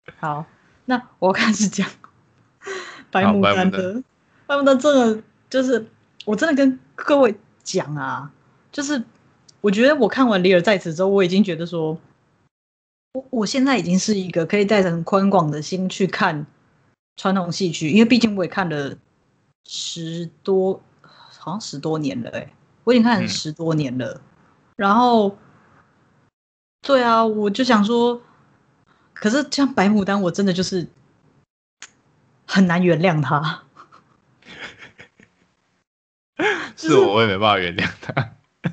好，那我开始讲白好， 牡丹的。白牡丹真的就是我真的跟各位讲啊，就是我觉得我看完《李尔在此》之后，我已经觉得说，我现在已经是一个可以带着很宽广的心去看传统戏曲，因为毕竟我也看了好像10多年了我已经看了10多年了。然后，对啊，我就想说，可是像白牡丹，我真的就是很难原谅他。就是是我也没办法原谅他。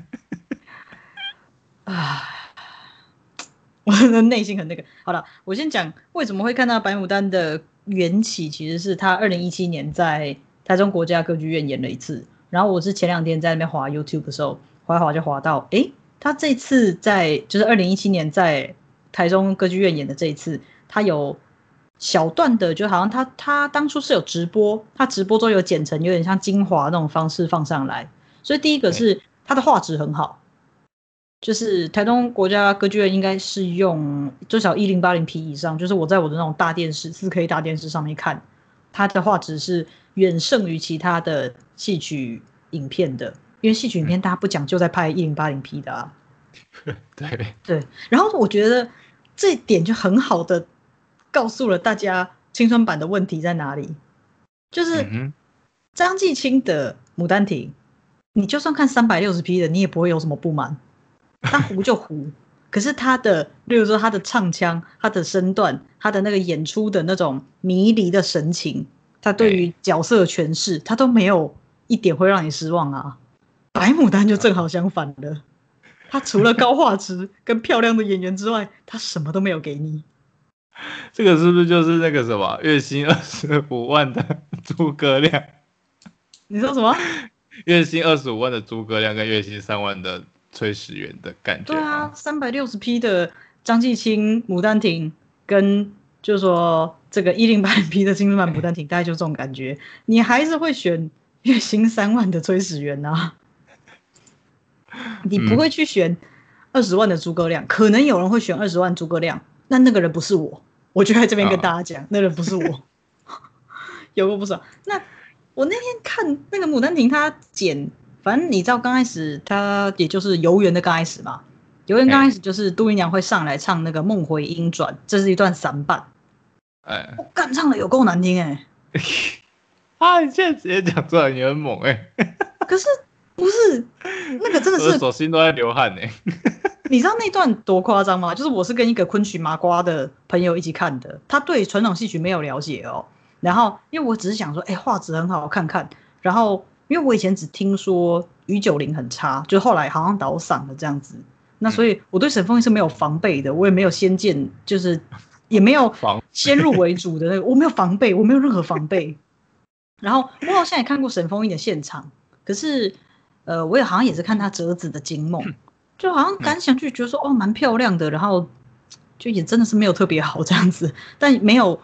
啊，我的内心很那个。好了，我先讲为什么会看到白牡丹的缘起，其实是他2017年在台中国家歌剧院演了一次。然后我是前2天在那边滑 YouTube 的时候，滑就滑到，他这次就是2017年在台中歌剧院演的这一次，他有小段的，就好像他当初是有直播，他直播中有剪成有点像精华那种方式放上来。所以第一个是他的画质很好。就是台东国家歌剧院应该是用最少1080p 以上，就是我在我的那种大电视4K 大电视上面看，它的画质是远胜于其他的戏曲影片的，因为戏曲影片大家不讲究在拍1080p 的啊。对，然后我觉得这一点就很好的告诉了大家青春版的问题在哪里，就是张继青的《牡丹亭》，你就算看360p 的，你也不会有什么不满。他糊就糊，可是他的，例如说他的唱腔、他的身段、他的那个演出的那种迷离的神情，他对于角色诠释，他都没有一点会让你失望啊。白牡丹就正好相反了，他除了高画质跟漂亮的演员之外，他什么都没有给你。 这个是不是就是那个什么月薪25万的诸葛亮？ 你说什么？ 月薪25万的诸葛亮跟月薪3万的崔始源的感对啊觉吗 ，360p 的张继青《牡丹亭》跟就是说这个1080p 的《青春版牡丹亭》，大概就这种感觉。你还是会选月薪3万的崔始源啊，你不会去选20万的诸葛亮。可能有人会选20万诸葛亮，那个人不是我。我就在这边跟大家讲，那人不是我。有个不爽。那我那天看那个《牡丹亭》，他剪，反正你知道刚开始他也就是游园的刚开始嘛。游园刚开始就是杜姨娘会上来唱那个《梦回莺转》，这是一段散板。我干，唱的有够难听你现在直接讲出来，你很猛可是不是那个真的是， 我的手心都在流汗你知道那段多夸张吗？就是我是跟一个昆曲麻瓜的朋友一起看的，他对传统戏曲没有了解哦。然后因为我只是想说，画质很好看看。然后因为我以前只听说于九龄很差，就后来好像倒嗓了这样子。那所以我对沈凤英是没有防备的，我也没有先见，就是也没有先入为主的那个，我没有防备，我没有任何防备。然后我好像也看过沈凤英的现场，可是我也好像也是看她折子的《惊梦》，就好像感想就觉得说蛮漂亮的，然后就也真的是没有特别好这样子，但没有，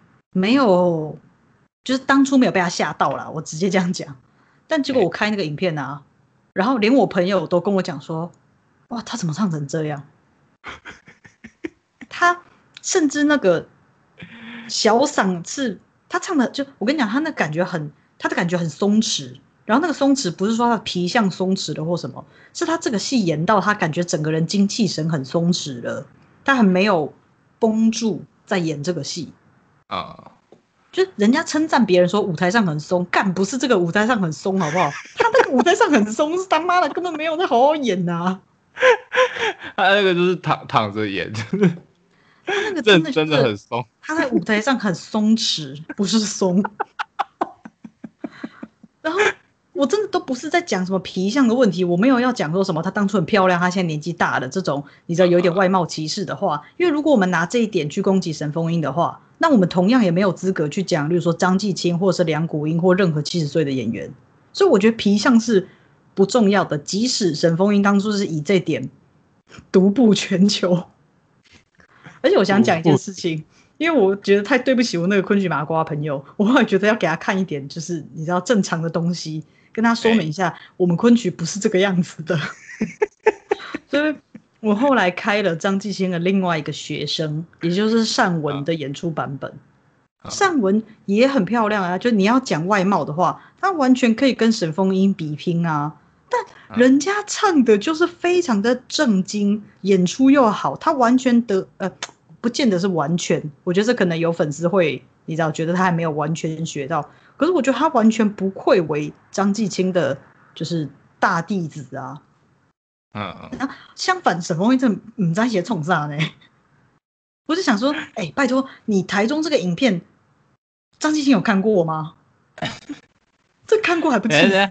就是当初没有被她吓到啦，我直接这样讲。但结果我开那个影片啊，然后连我朋友都跟我讲说，哇，他怎么唱成这样？他甚至那个小嗓是他唱的，就我跟你讲，他的感觉很松弛。然后那个松弛不是说他的皮相松弛了或什么，是他这个戏演到他感觉整个人精气神很松弛了，他很没有绷住在演这个戏就人家称赞别人说舞台上很松，干不是这个舞台上很松好不好？他那个舞台上很松是他妈的根本没有在好好演他那个就是躺着演， 他那个真的很松。 他在舞台上很松弛，不是松。然后我真的都不是在讲什么皮相的问题，我没有要讲说什么她当初很漂亮，她现在年纪大了这种你知道有一点外貌歧视的话。因为如果我们拿这一点去攻击沈凤英的话，那我们同样也没有资格去讲，例如说张继青或是梁谷英或任何70岁的演员。所以我觉得皮相是不重要的，即使沈凤英当初是以这点独步全球。而且我想讲一件事情，因为我觉得太对不起我那个昆曲麻瓜朋友，我后来觉得要给他看一点，就是你知道正常的东西，跟他说明一下，我们昆曲不是这个样子的。所以我后来开了张继兴的另外一个学生，也就是单文的演出版本。单文也很漂亮啊，就你要讲外貌的话，他完全可以跟沈凤英比拼啊。但人家唱的就是非常的正经，演出又好，他完全不见得是完全。我觉得这可能有粉丝会，你知道，觉得他还没有完全学到。可是我觉得他完全不愧为张继青的，就是大弟子啊。相反，沈凤英真的不在写冲啥呢？我就想说，拜托你台中这个影片，张继青有看过吗？这看过还不气死？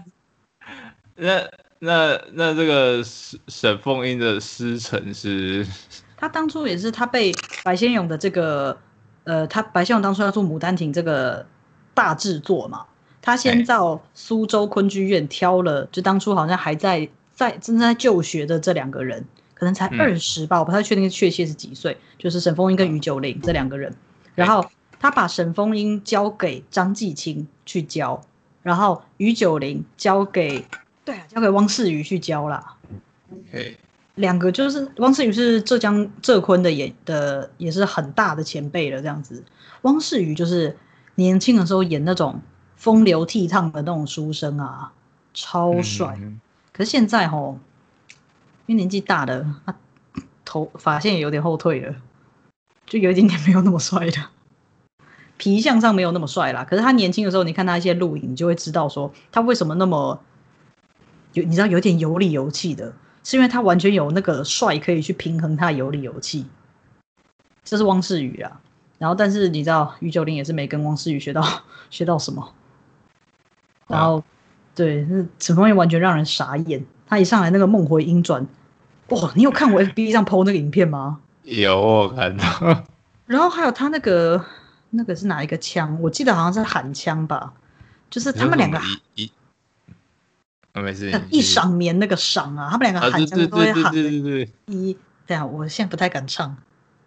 那这个沈凤英的师承是？ 他当初也是他被白先勇的这个他白先勇当初要做《牡丹亭》这个大制作嘛，他先到苏州昆剧院挑了，就当初好像还正在就学的这2个人，可能才20吧，我不太确定确切是几岁，就是沈凤英跟于九龄这2个人，然后他把沈凤英交给张继青去教，然后于九龄交给汪世瑜去教啦。2个就是汪世瑜是浙昆的也是很大的前辈了这样子。汪世瑜就是年轻的时候演那种风流倜傥的那种书生啊，超帅。可是现在因为年纪大了，他头发线也有点后退了，就有一点点没有那么帅了。皮相上没有那么帅啦，可是他年轻的时候，你看他一些录影，你就会知道说他为什么那么你知道有点有理有气的。是因为他完全有那个帅可以去平衡他有理有气，这是汪世瑜啊。然后但是你知道于九龄也是没跟汪世瑜学到什么，然后对，沈凤英完全让人傻眼。他一上来那个梦回莺转，哇，你有看我 FB 上 PO 那个影片吗？ 有，我看到。 然后还有他那个是哪一个枪？我记得好像是喊枪吧，就是他们2个没事， 一晌眠那个晌啊，他们2个喊枪都会喊对。 对啊，我现在不太敢唱，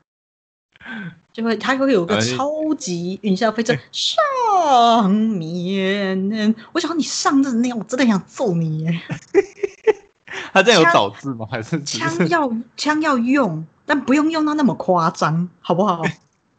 他会有个超级云霄飞车上面。我想你上这那样，我真的想揍你耶！ 他这样有导致吗？还是枪要用，但不用到那么夸张，好不好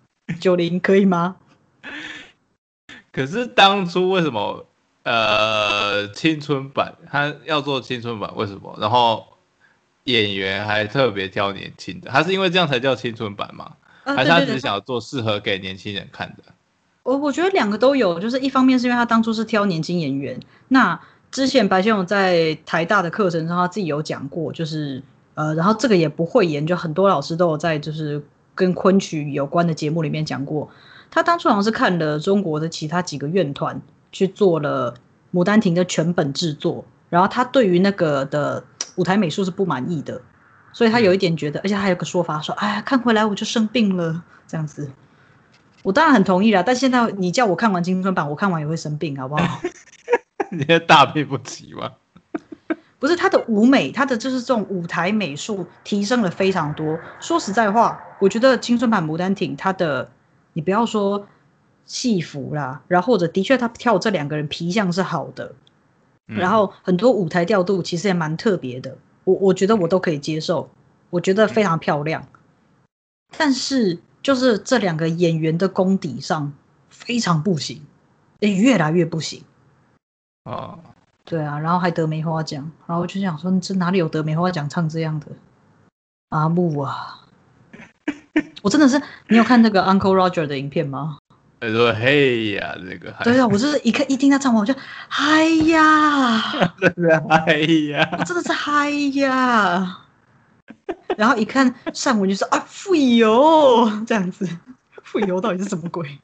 ？90可以吗？ 可是当初为什么青春版他要做青春版？为什么？然后演员还特别挑年轻的，他是因为这样才叫青春版吗？还是他只是想要做适合给年轻人看的？ 我觉得2个都有，就是一方面是因为他当初是挑年轻演员，那之前白先勇在台大的课程上他自己有讲过，就是然后这个也不讳言，就很多老师都有在就是跟昆曲有关的节目里面讲过，他当初好像是看了中国的其他几个院团去做了《牡丹亭》的全本制作，然后他对于那个的舞台美术是不满意的，所以他有一点觉得，而且还有个说法说，哎呀，看回来我就生病了这样子。我当然很同意啦，但现在你叫我看完青春版，我看完也会生病，好不好？ 你也大病不起吗？ 不是，他的舞美，他的就是这种舞台美术提升了非常多。说实在话，我觉得青春版《牡丹亭》他的，你不要说戏服啦，然后或者的确他跳这2个人皮相是好的，然后很多舞台调度其实也蛮特别的，我觉得我都可以接受，我觉得非常漂亮。但是就是这2个演员的功底上非常不行，越来越不行。对啊，然后还得梅花奖，然后我就想说，你这哪里有得梅花奖唱这样的阿木啊？我真的是，你有看那个 Uncle Roger 的影片吗？ 他说：“嘿呀，这个。” 对啊，我就是一听他唱完，我就嗨呀， 真的嗨呀， 我真的是嗨呀。然后一看上文就说啊，富油这样子，富油到底是什么鬼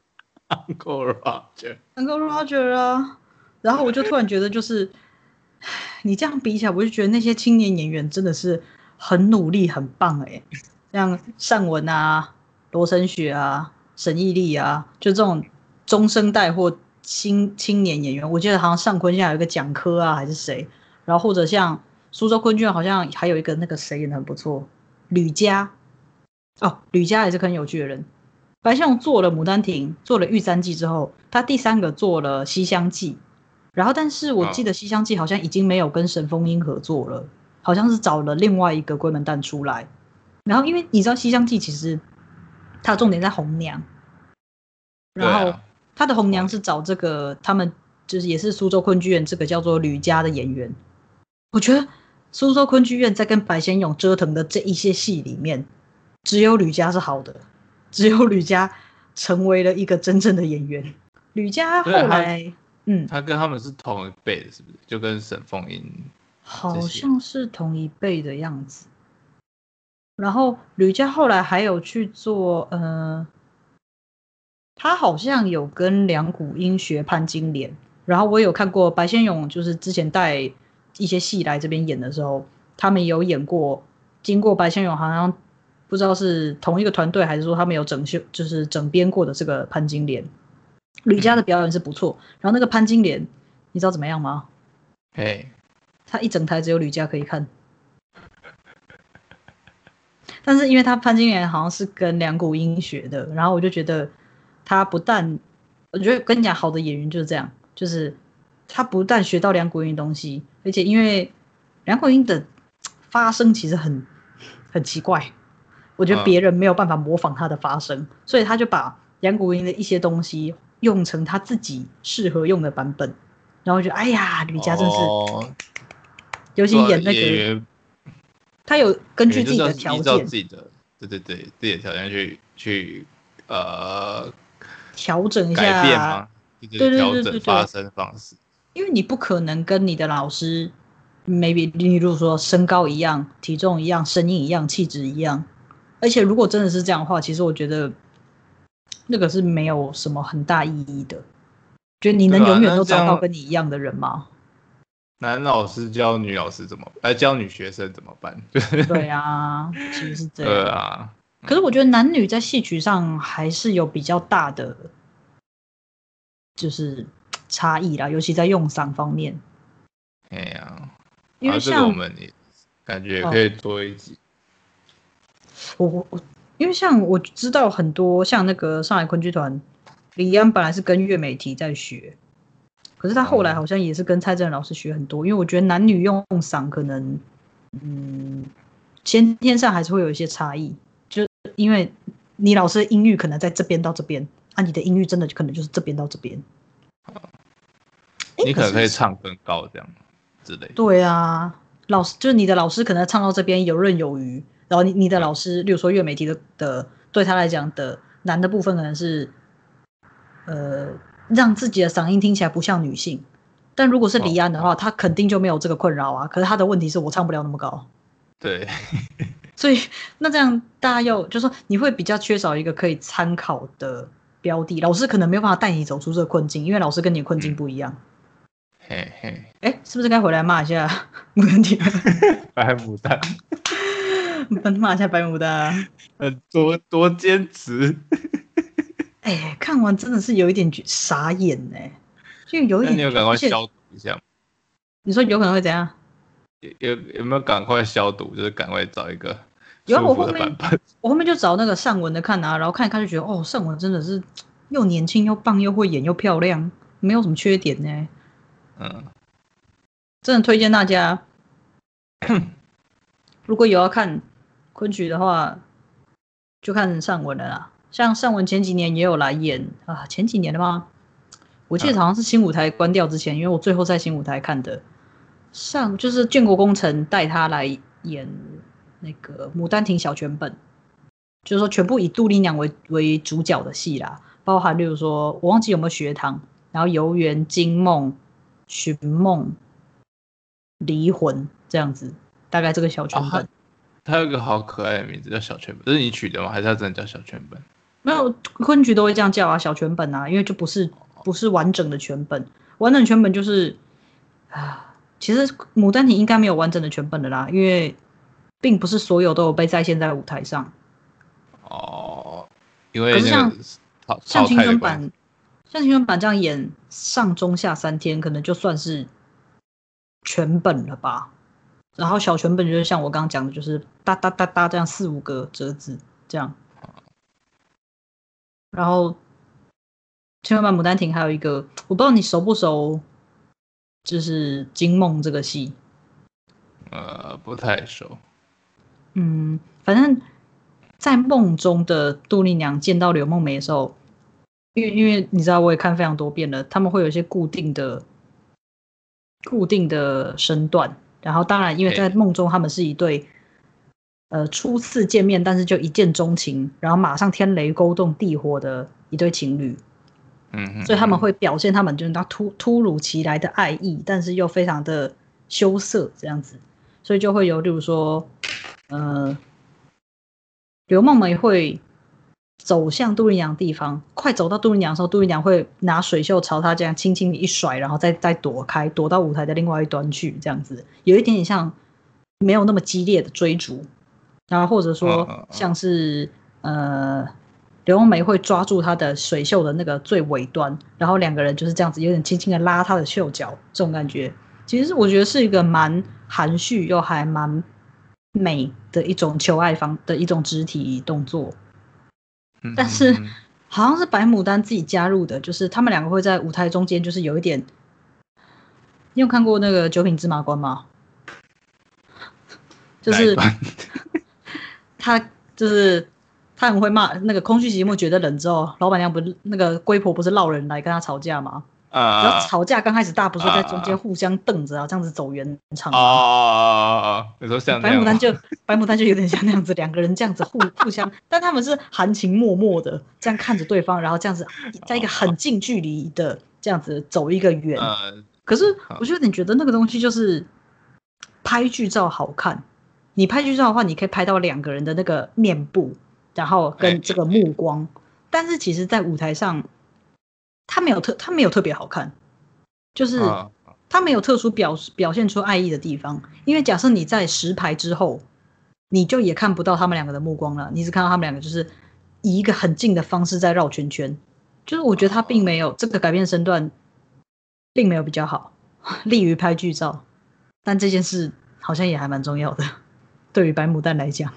？Uncle Roger，Uncle Roger 啊。然后我就突然觉得，就是你这样比起来，我就觉得那些青年演员真的是很努力、很棒哎，像单文啊、罗晨雪啊、沈奕丽啊，就这种中生代或青年演员，我记得好像上昆现在有一个蒋科啊，还是谁，然后或者像苏州昆剧院好像还有一个那个谁演的很不错，吕嘉吕嘉也是很有趣的人。白先勇做了《牡丹亭》，做了《玉簪记》之后，他第3个做了《西厢记》。然后，但是我记得《西厢记》好像已经没有跟沈凤英合作了， 好像是找了另外一个龟门旦出来，然后因为你知道《西厢记》其实它的重点在红娘，然后他的红娘是找这个他们就是也是苏州昆剧院这个叫做吕家的演员。我觉得苏州昆剧院在跟白先勇折腾的这一些戏里面，只有吕家是好的，只有吕家成为了一个真正的演员。吕家后来， 他跟他们是同一辈的，是不是？就跟沈凤英好像是同一辈的样子。然后吕家后来还有去做，他好像有跟梁谷英学潘金莲。然后我有看过白先勇，就是之前带一些戏来这边演的时候，他们有演过，经过白先勇好像不知道是同一个团队还是说他们有整修，就是整编过的这个潘金莲。吕家的表演是不错，然后那个潘金莲，你知道怎么样吗？他一整台只有吕家可以看，但是因为他潘金莲好像是跟梁谷英学的，然后我就觉得他不但，我觉得跟你讲，好的演员就是这样，就是他不但学到梁谷英的东西，而且因为梁谷英的发声其实很奇怪，我觉得别人没有办法模仿他的发声，所以他就把梁谷英的一些东西用成他自己适合用的版本，然后我觉得哎呀，吕家真是，尤其演那个，他有根据自己的条件， 自己的对自己的条件去调整一下， 改变吗？ 对调整发声方式， 因为你不可能跟你的老师 ，maybe 例如说身高一样、体重一样、声音一样、气质一样，而且如果真的是这样的话，其实我觉得那个是没有什么很大意义的。觉得你能永远都找到跟你一样的人吗？ 男老师教女老师怎么，教女学生怎么办？ 对啊，其实是这样。 对啊， 可是我觉得男女在戏曲上还是有比较大的，就是差异啦，尤其在用嗓方面。 哎呀， 因为像这个我们也感觉也可以做一集。 因为像我知道很多像那个上海昆剧团，李安本来是跟岳美缇在学，可是他后来好像也是跟蔡振老师学很多。因为我觉得男女用嗓可能，先天上还是会有一些差异，就因为你老师的音域可能在这边到这边，你的音域真的可能就是这边到这边。 你可能可以唱更高这样之类的。 对啊，老师就是你的老师可能唱到这边游刃有余，然后你的老师，例如说岳美缇的对他来讲的难的部分可能是，让自己的嗓音听起来不像女性。但如果是李安的话，他肯定就没有这个困扰啊。可是他的问题是我唱不了那么高。 对， 所以那这样大家就说你会比较缺少一个可以参考的标的，老师可能没有办法带你走出这个困境，因为老师跟你的困境不一样。是不是该回来骂一下牡丹亭？ 白牡丹， 骂一下白牡丹， 多坚持。 看完真的是有一点傻眼就有一点。 那你有赶快消毒一下吗？ 你说有可能会怎样？ 有没有赶快消毒？就是赶快找一个舒服的版本。 我后面就找那个尚雯的看啊，然后看一看就觉得尚雯真的是又年轻又棒又会演又漂亮，没有什么缺点呢。真的推荐大家，如果有要看昆曲的话，就看尚雯了啦。像尚雯前几年也有来演啊，前几年的吗？我记得好像是新舞台关掉之前，因为我最后在新舞台看的。就是建国工程带他来演那个《牡丹亭》小全本，就是说全部以杜丽娘为主角的戏啦，包含例如说我忘记有没有学堂，然后游园、惊梦、寻梦、离魂这样子，大概这个小全本。 他有一个好可爱的名字叫小全本，这是你取的吗？还是他真的叫小全本？ 没有，昆曲都会这样叫啊，小全本啊，因为就不是完整的全本，完整全本就是其实《牡丹亭》应该没有完整的全本的啦，因为并不是所有都有被再现在舞台上。 因为像青春版这样演上中下3天，可能就算是全本了吧。然后小全本就是像我刚刚讲的，就是哒哒哒哒这样4、5个折子这样。然后青春版《牡丹亭》还有一个，我不知道你熟不熟，就是《惊梦》这个戏。 不太熟。 反正在梦中的杜丽娘见到柳梦梅的时候，因为你知道我也看非常多遍了，他们会有一些固定的身段，然后当然因为在梦中他们是一对初次见面但是就一见钟情，然后马上天雷勾动地火的一对情侣。所以他们会表现他们就是那突如其来的爱意，但是又非常的羞涩这样子，所以就会有例如说刘梦梅会走向杜丽娘的地方，快走到杜丽娘的时候，杜丽娘会拿水袖朝她这样轻轻的一甩，然后再躲开，躲到舞台的另外一端去，这样子有一点点像没有那么激烈的追逐，然后或者说像是刘梦梅会抓住她的水袖的那个最尾端，然后两个人就是这样子有点轻轻的拉她的袖角，这种感觉其实我觉得是一个蛮含蓄又还蛮美的一种求爱方的一种肢体动作。但是好像是白牡丹自己加入的，就是他们两个会在舞台中间就是有一点，你有看过那个九品芝麻官吗？就是他很会骂那个空虚寂寞觉得冷之后，老板娘不是那个龟婆不是闹人来跟他吵架吗？然后吵架刚开始大家不是在中间互相瞪着这样子走圆场吗？ 你说像白牡丹就有点像那样子，两个人这样子互相，但他们是含情脉脉的这样看着对方，然后这样子在一个很近距离的这样子走一个圆。可是我就有点觉得那个东西就是拍剧照好看，你拍剧照的话，你可以拍到两个人的那个面部，然后跟这个目光，但是其实在舞台上他没有特别好看，就是他没有特殊表现出爱意的地方。因为假设你在10排之后，你就也看不到他们两个的目光了，你只看到他们两个就是以一个很近的方式在绕圈圈。就是我觉得他并没有这个改变身段并没有比较好，利于拍剧照，但这件事好像也还蛮重要的，对于白牡丹来讲。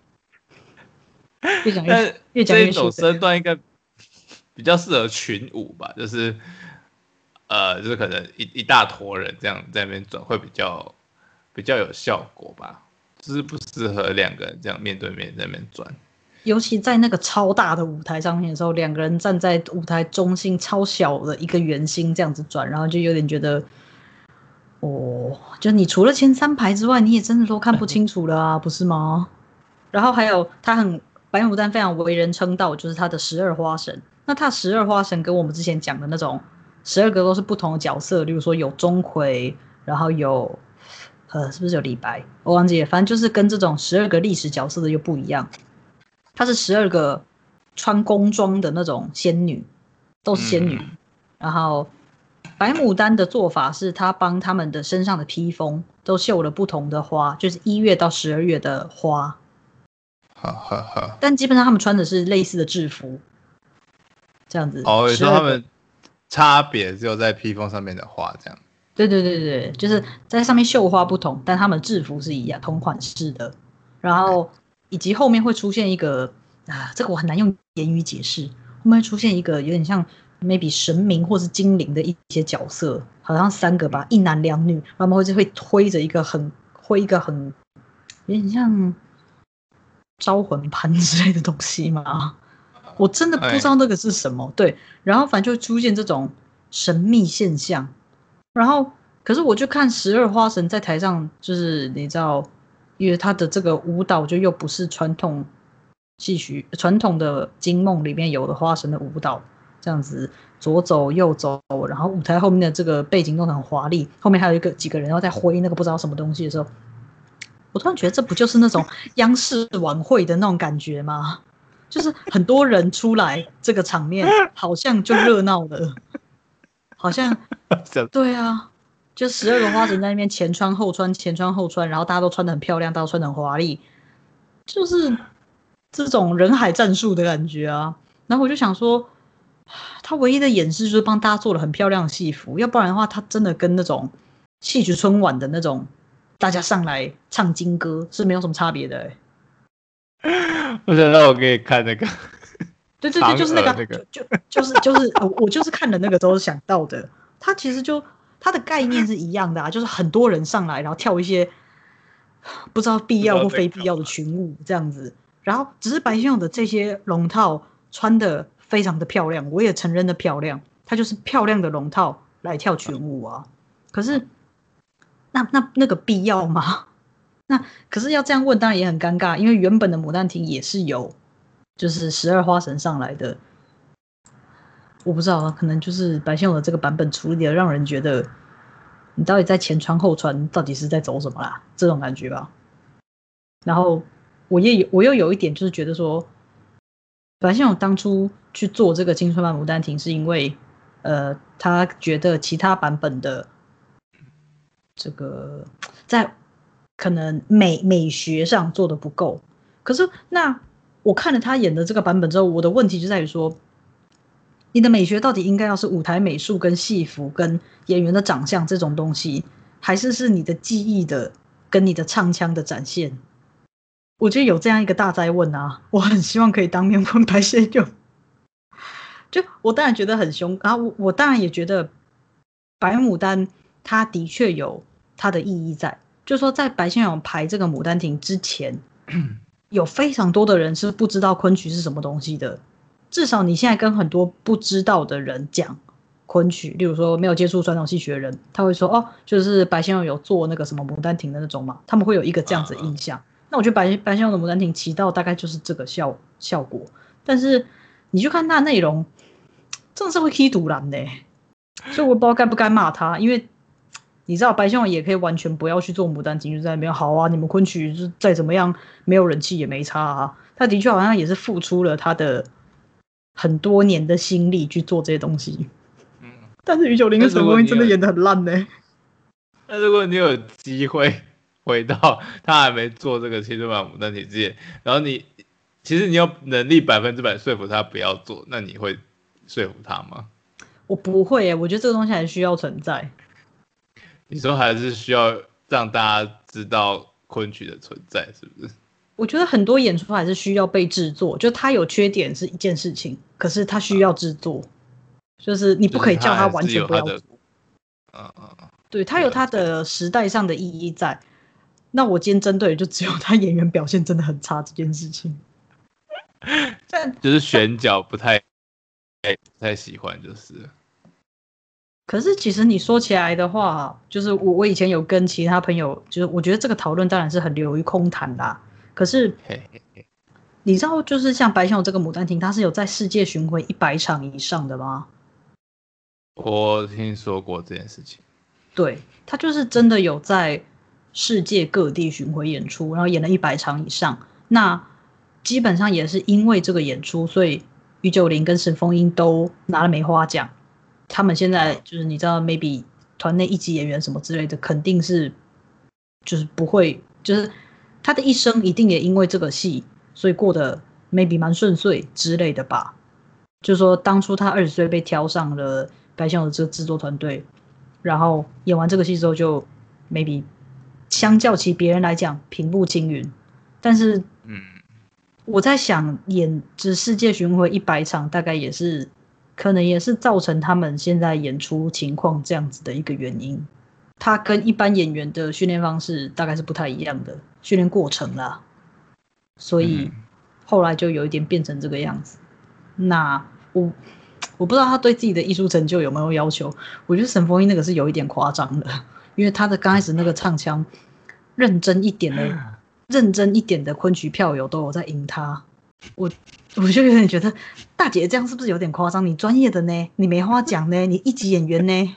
越讲越这种身段应该比较适合群舞吧，就是就是可能一大坨人这样在那边转会比较有效果吧，就是不适合两个人这样面对面在那边转。 尤其在那个超大的舞台上面的时候，两个人站在舞台中心超小的一个圆心这样子转，然后就有点觉得，就你除了前3排之外，你也真的都看不清楚了啊，不是吗？然后还有白牡丹非常为人称道，就是他的12花神。那他12花神跟我们之前讲的那种12个都是不同的角色，例如说有钟馗，然后有是不是有李白？我忘记了，反正就是跟这种12个历史角色的又不一样。她是12个穿宫装的那种仙女，都是仙女。然后白牡丹的做法是，她帮他们的身上的披风都绣了不同的花，就是1月到12月的花。但基本上他们穿的是类似的制服，这样子。 你说他们差别只有在披风上面的花这样。 对，就是在上面绣花不同，但他们制服是一样同款式的。然后以及后面会出现一个这个我很难用言语解释，后面会出现一个有点像 maybe 神明或是精灵的一些角色，好像3个吧，1男2女，然后他们会推着一个很有点像招魂幡之类的东西吗？我真的不知道那个是什么。对，然后反正就出现这种神秘现象。然后可是我就看12花神在台上，就是你知道，因为他的这个舞蹈就又不是传统戏曲传统的惊梦里面有的花神的舞蹈，这样子左走右走，然后舞台后面的这个背景都很华丽，后面还有几个人要在挥那个不知道什么东西的时候，我突然觉得这不就是那种央视晚会的那种感觉吗？就是很多人出来，这个场面好像就热闹了，好像对啊，就12个花神在那边前穿后穿，然后大家都穿得很漂亮，大家都穿得很华丽，就是这种人海战术的感觉啊。然后我就想说，他唯一的掩饰就是帮大家做了很漂亮的戏服，要不然的话，他真的跟那种戏曲春晚的那种大家上来唱金歌是没有什么差别的。 我想让我给你看那个， 对，就是那个，就是我就是看了那个之后想到的，他其实就他的概念是一样的啊，就是很多人上来，然后跳一些不知道必要或非必要的群舞这样子。然后只是白先勇的这些龙套穿的非常的漂亮，我也承认的漂亮，它就是漂亮的龙套来跳群舞啊。可是那个必要吗？那可是要这样问，当然也很尴尬，因为原本的牡丹亭也是有就是12花神上来的。我不知道，可能就是白先勇的这个版本处理的，让人觉得你到底在前传后传，到底是在走什么啦？这种感觉吧。然后我又有一点就是觉得说，白先勇当初去做这个青春版牡丹亭，是因为他觉得其他版本的这个在可能美学上做的不够。可是那我看了他演的这个版本之后，我的问题就在于说，你的美学到底应该要是舞台美术跟戏服跟演员的长相这种东西，还是你的技艺的跟你的唱腔的展现？我觉得有这样一个大哉问啊，我很希望可以当面问白先勇。就我当然觉得很凶，然后我当然也觉得白牡丹它的确有它的意义在，就是说在白先勇排这个牡丹亭之前，有非常多的人是不知道昆曲是什么东西的。至少你现在跟很多不知道的人讲昆曲，例如说没有接触传统戏曲的人，他会说哦，就是白先勇有做那个什么牡丹亭的那种嘛，他们会有一个这样子的印象。那我觉得白先勇的牡丹亭起到大概就是这个效果，但是你去看它的内容，真的是会踢毒男的，所以我不知道该不该骂他，因为你知道白先勇也可以完全不要去做牡丹亭，就在那边好啊，你们昆曲就再怎么样没有人气也没差啊。他的确好像也是付出了他的很多年的心力去做这些东西。但是于九龄跟陈凤英真的演得很烂呢。 那如果你有机会回到他还没做这个青春版牡丹亭之前，然后其实你有能力100%说服他不要做，那你会说服他吗？ 我不会耶，我觉得这个东西还需要存在。 你说还是需要让大家知道昆曲的存在，是不是？ 我觉得很多演出还是需要被制作，就它有缺点是一件事情，可是它需要制作，就是你不可以叫他完全不要做。对，它有它的时代上的意义在。那我今天针对的就只有他演员表现真的很差这件事情。 就是选角不太喜欢，就是。 可是其实你说起来的话，就是我以前有跟其他朋友，就是我觉得这个讨论当然是很流于空谈啦。可是你知道，就是像白先勇这个牡丹亭，它是有在世界巡回100场以上的吗？ 我听说过这件事情。 对，他就是真的有在世界各地巡回演出，然后演了100场以上。那基本上也是因为这个演出，所以于九龄跟沈凤英都拿了梅花奖。他们现在就是你知道 ，maybe 团内一级演员什么之类的，肯定是就是不会，就是他的一生一定也因为这个戏，所以过得 maybe 蛮顺遂之类的吧。就是说，当初他20岁被挑上了白先勇的这个制作团队，然后演完这个戏之后，就 maybe 相较起别人来讲平步青云。但是，我在想，演这世界巡回100场，大概也是。可能也是造成他们现在演出情况这样子的一个原因。他跟一般演员的训练方式大概是不太一样的训练过程啦，所以后来就有一点变成这个样子。那我不知道他对自己的艺术成就有没有要求。我觉得沈凤英那个是有一点夸张的，因为他的刚开始那个唱腔，认真一点的昆曲票友都有在赢他。我就有点觉得，大姐这样是不是有点夸张？你专业的呢，你梅花奖呢，你一级演员呢？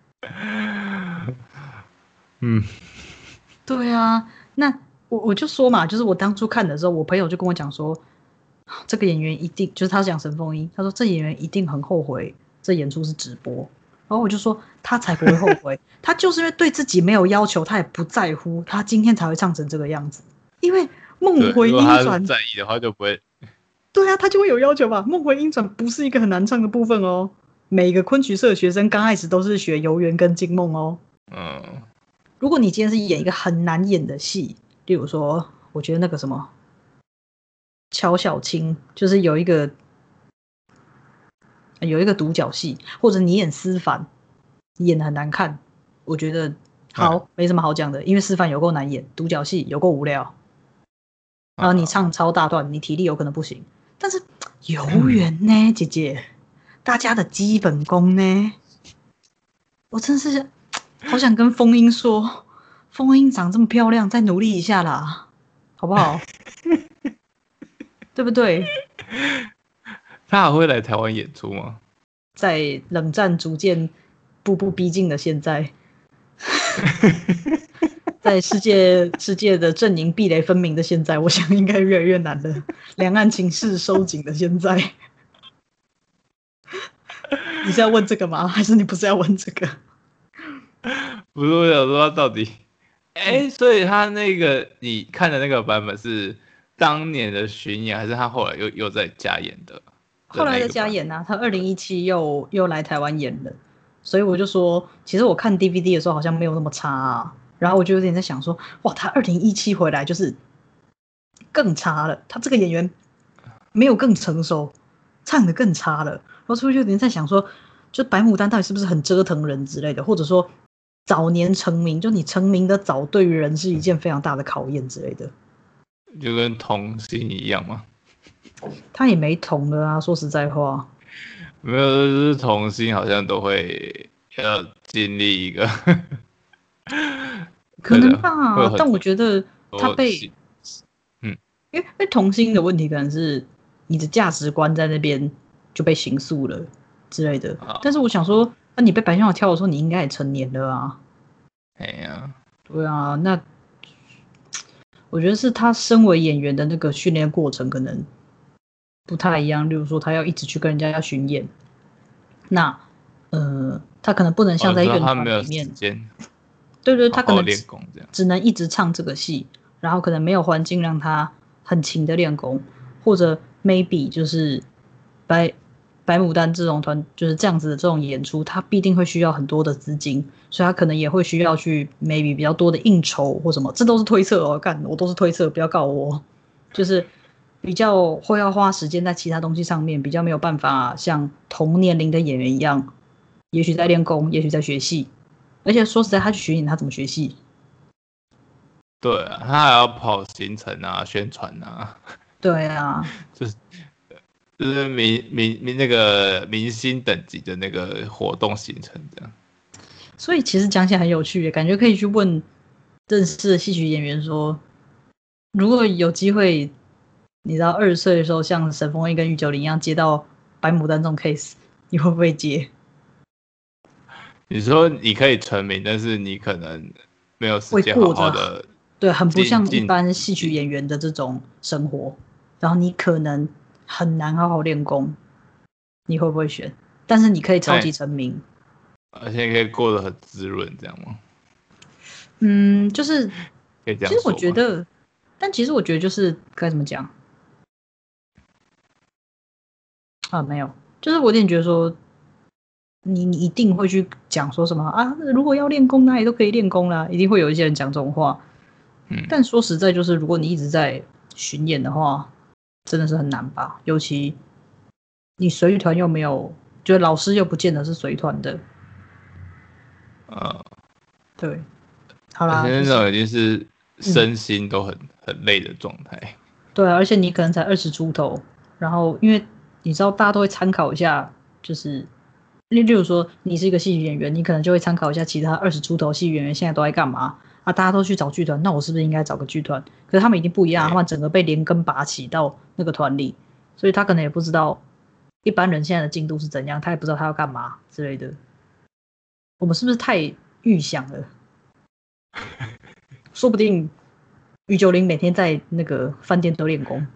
对啊，那我就说嘛，就是我当初看的时候，我朋友就跟我讲说，这个演员一定就是他讲沈凤英，他说这演员一定很后悔这演出是直播，然后我就说他才不会后悔，他就是因为对自己没有要求，他也不在乎，他今天才会唱成这个样子，因为梦回音转， 如果他在意的话就不会。 对啊，他就会有要求吧。梦回音转不是一个很难唱的部分哦。每个昆曲社的学生刚开始都是学游园跟惊梦哦。如果你今天是演一个很难演的戏，例如说，我觉得那个什么乔小青，就是有一个独角戏，或者你演思凡，演得很难看，我觉得好，没什么好讲的，因为示范有够难演，独角戏有够无聊，然后你唱超大段，你体力有可能不行，但是游园呢，姐姐，大家的基本功呢，我真是好想跟风音说，风音长这么漂亮，再努力一下啦，好不好？对不对？ 他还会来台湾演出吗？ 在冷战逐渐步步逼近的现在，在世界的阵营壁垒分明的现在，我想应该越来越难了。两岸情势收紧的现在，你是要问这个吗？还是你不是要问这个？ 不是，我想说他到底，所以他那个你看的那个版本是当年的巡演，还是他后来又在加演的？ 后来的加演啊，他2017又来台湾演了，所以我就说，其实我看 DVD 的时候好像没有那么差啊。然后我就有点在想说，哇，他2017回来就是更差了，他这个演员没有更成熟，唱的更差了。然后所以就有点在想说，就白牡丹到底是不是很折腾人之类的，或者说早年成名，就你成名的早，对于人是一件非常大的考验之类的。 就跟童星一样吗？ 他也没同了啊，说实在话， 没有，就是童星好像都会要经历一个可能吧。但我觉得他被，因为童星的问题可能是你的价值观在那边就被形塑了之类的。但是我想说，那你被白小鸟挑的时候，你应该也成年了啊。 哎呀， 对啊，那我觉得是他身为演员的那个训练过程可能不太一样。例如说，他要一直去跟人家要巡演，那他可能不能像在乐团里面，对，他可能只能一直唱这个戏，然后可能没有环境让他很勤的练功，或者 maybe 就是白牡丹这种团就是这样子的这种演出，他必定会需要很多的资金，所以他可能也会需要去 maybe 比较多的应酬或什么，这都是推测哦，我都是推测，不要告我，就是比较会要花时间在其他东西上面，比较没有办法像同年龄的演员一样，也许在练功，也许在学戏。而且说实在，他去巡演，他怎么学戏？ 对啊，他还要跑行程啊、宣传啊。 对啊， 就是那个明星等级的那个活动行程这样。 所以其实讲起来很有趣，感觉可以去问认识的戏曲演员说，如果有机会，你知道20岁的时候，像沈凤英跟玉九龄一样接到白牡丹这种 case， 你会不会接？ 你说你可以成名，但是你可能没有时间好好的， 对，很不像一般戏曲演员的这种生活，然后你可能很难好好练功，你会不会选？但是你可以超级成名， 而且可以过得很滋润，这样吗？ 就是可以这样说。 其实我觉得，但其实我觉得就是该怎么讲啊？没有，就是我有点觉得说。你一定会去讲说什么啊？如果要练功，哪里都可以练功啦，一定会有一些人讲这种话。但说实在，就是如果你一直在巡演的话，真的是很难吧？尤其你随团又没有，就是老师又不见得是随团的。对，好啦， 而且那种已经是身心都很累的状态。 对啊，而且你可能才20出头，然后因为你知道大家都会参考一下，就是例如说你是一个戏剧演员，你可能就会参考一下其他20出头戏剧演员现在都在干嘛啊？大家都去找剧团，那我是不是应该找个剧团？可是他们一定不一样，他们整个被连根拔起到那个团里，所以他可能也不知道一般人现在的进度是怎样，他也不知道他要干嘛之类的。我们是不是太预想了？说不定于九龄每天在那个饭店都练功。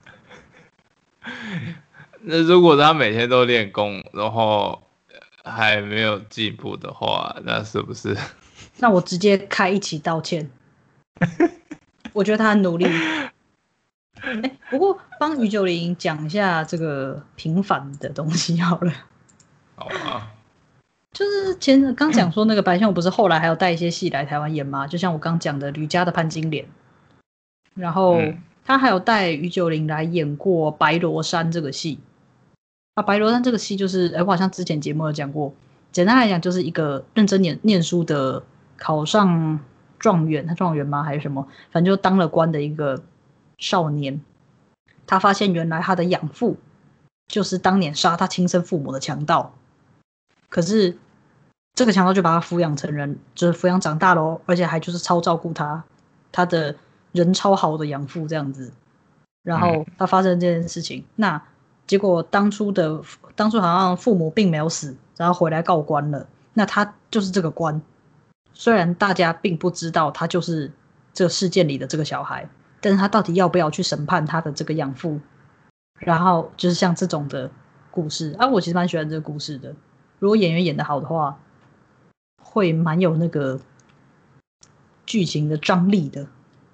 那如果他每天都练功，然后还没有进步的话，那是不是？ 那我直接开一起道歉。我觉得他很努力。不过帮于九龄讲一下这个平凡的东西好了。 好啊。 就是刚讲说那个白象不是后来还有带一些戏来台湾演吗？就像我刚讲的吕家的潘金莲，然后他还有带于九龄来演过白罗山这个戏。白罗山这个戏就是，我好像之前节目有讲过，简单来讲就是一个认真念书的考上状元，他状元吗还是什么？反正就当了官的一个少年，他发现原来他的养父就是当年杀他亲生父母的强盗，可是这个强盗就把他抚养成人，就是抚养长大咯，而且还就是超照顾他，他的人超好的养父这样子。然后他发生这件事情，那结果当初好像父母并没有死，然后回来告官了。那他就是这个官，虽然大家并不知道他就是这个事件里的这个小孩，但是他到底要不要去审判他的这个养父？然后就是像这种的故事啊，我其实蛮喜欢这个故事的。如果演员演得好的话，会蛮有那个剧情的张力的。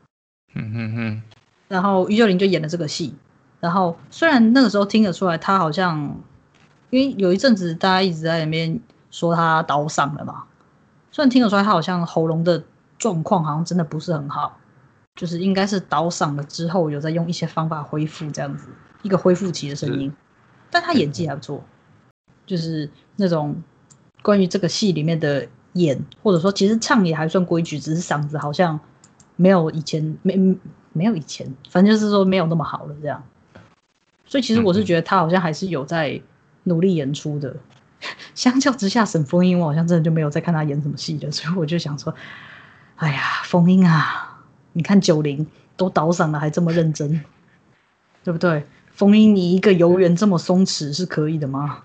然后于秀玲就演了这个戏，然后虽然那个时候听得出来他好像，因为有一阵子大家一直在那边说他倒嗓了嘛，虽然听得出来他好像喉咙的状况好像真的不是很好，就是应该是倒嗓了之后有在用一些方法恢复这样子一个恢复期的声音，但他演技还不错，就是那种关于这个戏里面的演，或者说其实唱也还算规矩，只是嗓子好像没有以前没有以前，反正就是说没有那么好了这样。所以其实我是觉得他好像还是有在努力演出的。相较之下，沈丰英我好像真的就没有在看他演什么戏了，所以我就想说，哎呀，丰英啊，你看90都倒嗓了还这么认真，对不对？丰英你一个游园这么松弛是可以的吗？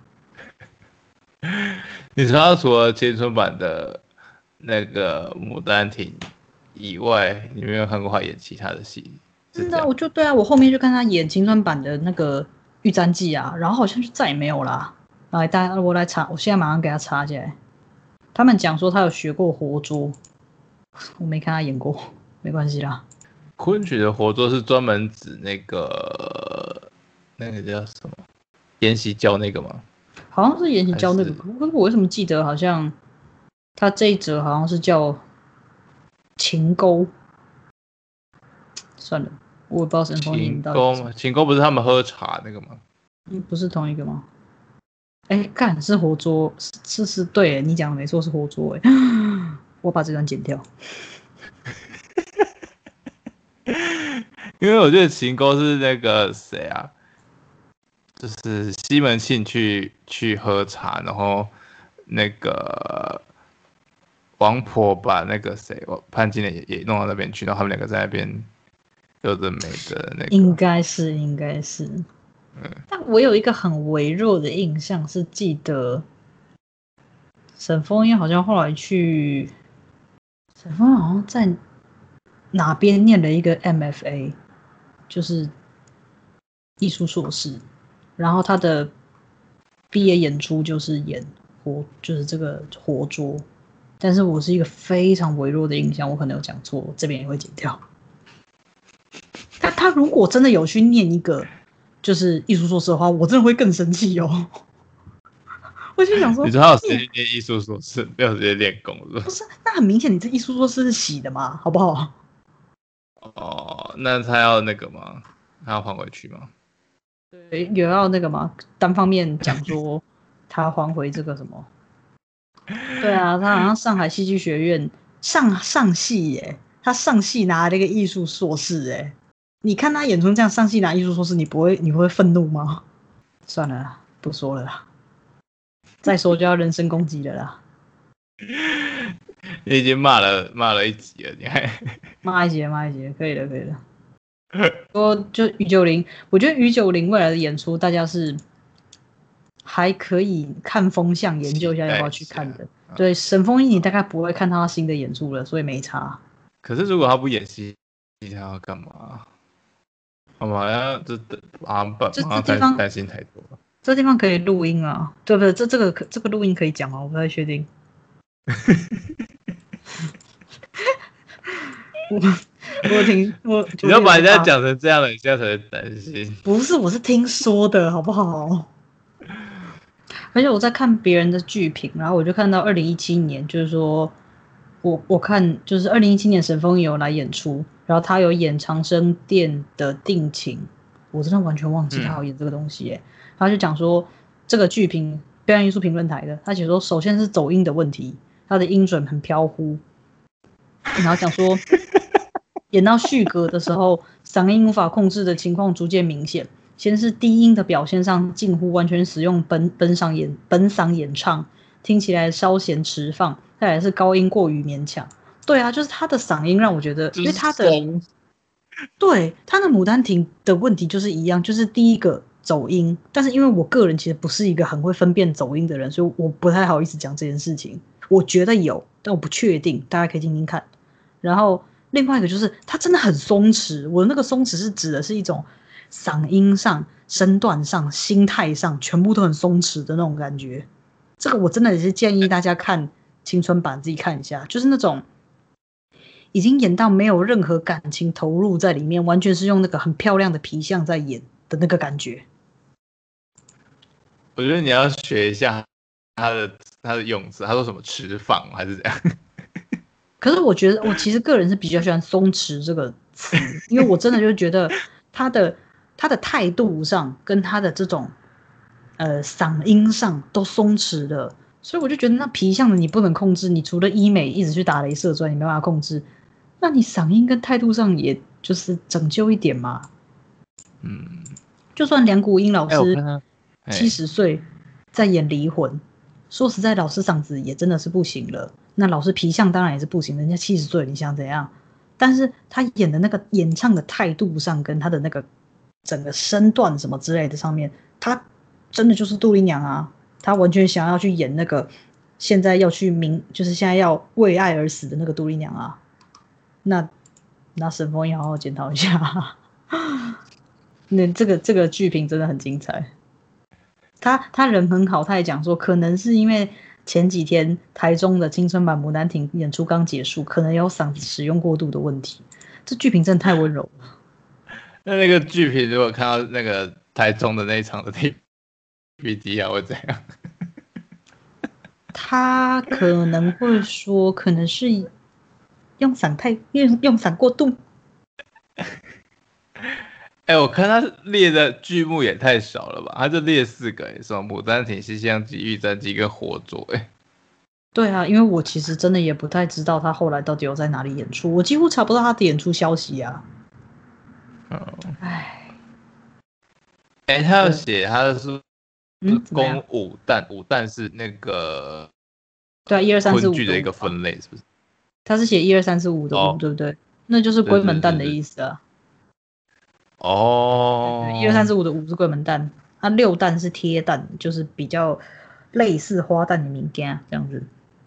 你知道除了青春版的那个《牡丹亭》以外，你没有看过他演其他的戏？ 真的，对啊，我后面就看他演青春版的那个《玉簪记》啊，然后好像就再也没有啦。来，大家我来查，我现在马上给他查起来。他们讲说他有学过活捉，我没看他演过，没关系啦。 昆曲的活捉是专门指那个叫什么？延禧教那个吗？ 好像是延禧教那个，可是我为什么记得好像他这一则好像是叫秦沟？算了，我也不知道沈丰英到底。 秦沟不是他们喝茶那个吗？ 不是同一个吗？哎，干是活捉，是对，你讲的没错，是活捉。哎，我把这段剪掉。 因为我觉得秦沟是那个谁啊，就是西门庆去喝茶，然后那个王婆把那个谁潘金莲也弄到那边去，然后他们两个在那边有的没的那个。 应该是。但我有一个很微弱的印象，是记得沈丰英好像后来去，沈丰英好像在哪边念了一个 MFA， 就是艺术硕士，然后他的毕业演出就是演就是这个活捉，但是我是一个非常微弱的印象，我可能有讲错，这边也会剪掉。但他如果真的有去念一个就是艺术硕士的话，我真的会更生气哦。我就想说， 你知道有谁去念艺术硕士，没有直接练功是吧？ 不是，那很明显你这艺术硕士是洗的嘛，好不好？ 哦，那他要那个吗？他要还回去吗？ 对，有要那个吗？单方面讲说他还回这个什么？对啊，他好像上海戏剧学院上戏耶，他上戏拿了一个艺术硕士耶。你看他演出这样上戏拿艺术硕士，你会愤怒吗？算了啦，不说了啦，再说就要人身攻击了啦。 你已经骂了一集了，你还骂一集，可以了。说就于九龄，我觉得于九龄未来的演出，大家是还可以看风向，研究一下要不要去看的。对，沈丰英你大概不会看他新的演出了，所以没差。 可是如果他不演戏，他要干嘛？好嘛，要这地方担心太多了。 这地方可以录音啊，对不对？这个录音可以讲吗？我不太确定。 你要把人家讲成这样了，你现在才会担心。 不是，我是听说的，好不好？而且我在看别人的剧评，然后我就看到2017年，就是说我看就是2017年沈丰有来演出，然后他有演长生殿的定情，我真的完全忘记他有演这个东西耶。他就讲说这个剧评表演艺术评论台的，他写说首先是走音的问题，他的音准很飘忽， 然后讲说演到续歌的时候，嗓音无法控制的情况逐渐明显。先是低音的表现上近乎完全使用本嗓演唱，听起来稍显迟放；再来是高音过于勉强。对啊，就是他的嗓音让我觉得，因为他的对他的《牡丹亭》的问题就是一样，就是第一个走音，但是因为我个人其实不是一个很会分辨走音的人，所以我不太好意思讲这件事情。我觉得有，但我不确定，大家可以听听看。然后另外一个就是他真的很松弛，我的那个松弛是指的是一种嗓音上、身段上、心态上全部都很松弛的那种感觉。这个我真的也是建议大家看青春版自己看一下，就是那种已经演到没有任何感情投入在里面，完全是用那个很漂亮的皮相在演的那个感觉。 我觉得你要学一下他的用词，他说什么持放还是怎样？ 可是我觉得我其实个人是比较喜欢松弛这个词，因为我真的就觉得他的态度上跟他的这种嗓音上都松弛了，所以我就觉得那皮相的你不能控制，你除了医美一直去打雷射之外，你没办法控制，那你嗓音跟态度上也就是拯救一点嘛。就算梁谷英老师70岁在演离魂，说实在，老师嗓子也真的是不行了。那老师皮相当然也是不行，人家70岁，你想怎样？但是他演的那个演唱的态度上，跟他的那个整个身段什么之类的上面，他真的就是杜丽娘啊！他完全想要去演那个现在要去就是现在要为爱而死的那个杜丽娘啊！那沈峰也好好检讨一下。那这个剧评真的很精彩。他人很好，他也讲说，可能是因为前几天台中的青春版《牡丹亭》演出刚结束，可能有嗓子使用过度的问题。这剧评真的太温柔了。 那个剧评如果看到那个台中的那一场的 DVD 啊，会怎样？ 他可能会说，可能是用嗓过度。 我看他列的剧目也太少了吧？他就列4个，什么《牡丹亭》、《西厢记》、《玉簪记》跟《活捉》。 对啊，因为我其实真的也不太知道他后来到底有在哪里演出，我几乎查不到他的演出消息啊。 他有写他是攻武旦，武旦是那个对啊，1、2、3、4、5 昆剧的一个分类，是不是？ 他是写1、2、3、4、5的5，对不对？那就是龟门旦的意思啊。 哦 ，1、2、3、4、5的5是龟门旦，它6旦是贴旦，就是比较类似花旦的名家这样子。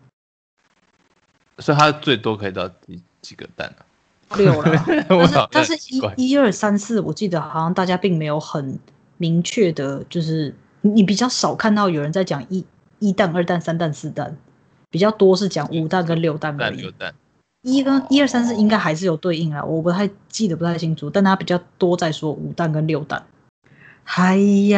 所以它最多可以到几个旦啊 ？6了，但是1、2、3、4，我记得好像大家并没有很明确的，就是你比较少看到有人在讲1旦、2旦、3旦、4旦，比较多是讲5旦跟6旦而已。1跟1、2、3、4应该还是有对应啦，我不太记得不太清楚，但他比较多在说5旦跟6旦。哎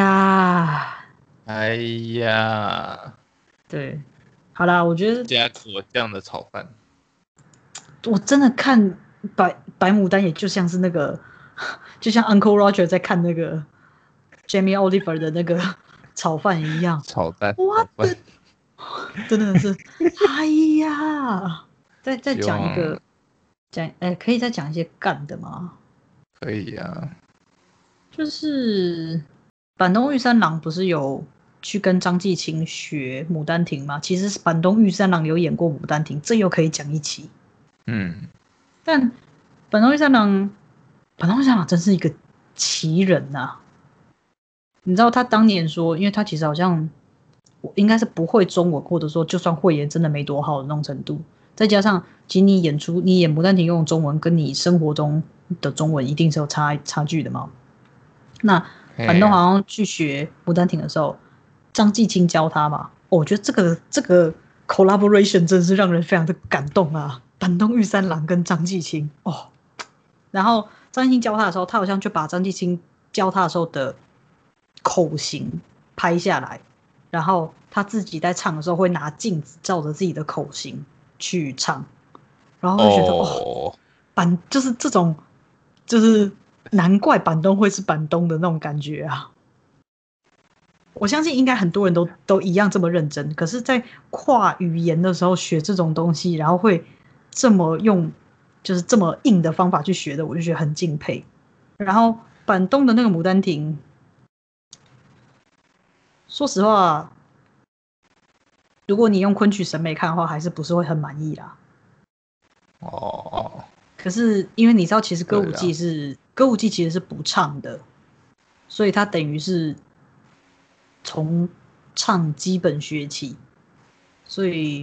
呀，对，好啦，我觉得加果酱的炒饭， 我真的看白牡丹，也就像是那个，就像 Uncle Roger 在看那个 Jamie Oliver 的那个炒饭一样， 炒蛋， 哇，真的是，哎呀，再讲一个，可以再讲一些干的吗？ 可以啊， 就是板东玉三郎不是有去跟张继青学《牡丹亭》吗？其实板东玉三郎有演过《牡丹亭》，这又可以讲一期。但板东玉三郎真是一个奇人呐！你知道他当年说，因为他其实好像应该是不会中文，或者说就算会也真的没多好的那种程度。再加上，其实你演《牡丹亭》用中文，跟你生活中的中文一定是有差距的嘛。那板东好像去学《牡丹亭》的时候，张继青教他嘛。我觉得这个 collaboration 真的是让人非常的感动啊！板东玉三郎跟张继青然后张继青教他的时候，他好像就把张继青教他的时候的口型拍下来，然后他自己在唱的时候会拿镜子照着自己的口型去唱，然后就觉得就是这种，就是难怪板东会是板东的那种感觉啊！我相信应该很多人都一样这么认真，可是，在跨语言的时候学这种东西，然后会这么用就是这么硬的方法去学的，我就觉得很敬佩。然后板东的那个《牡丹亭》，说实话，如果你用昆曲审美看的话，还是不是会很满意啦。 哦， 可是因为你知道，其实歌舞伎其实是不唱的，所以它等于是从唱基本学起，所以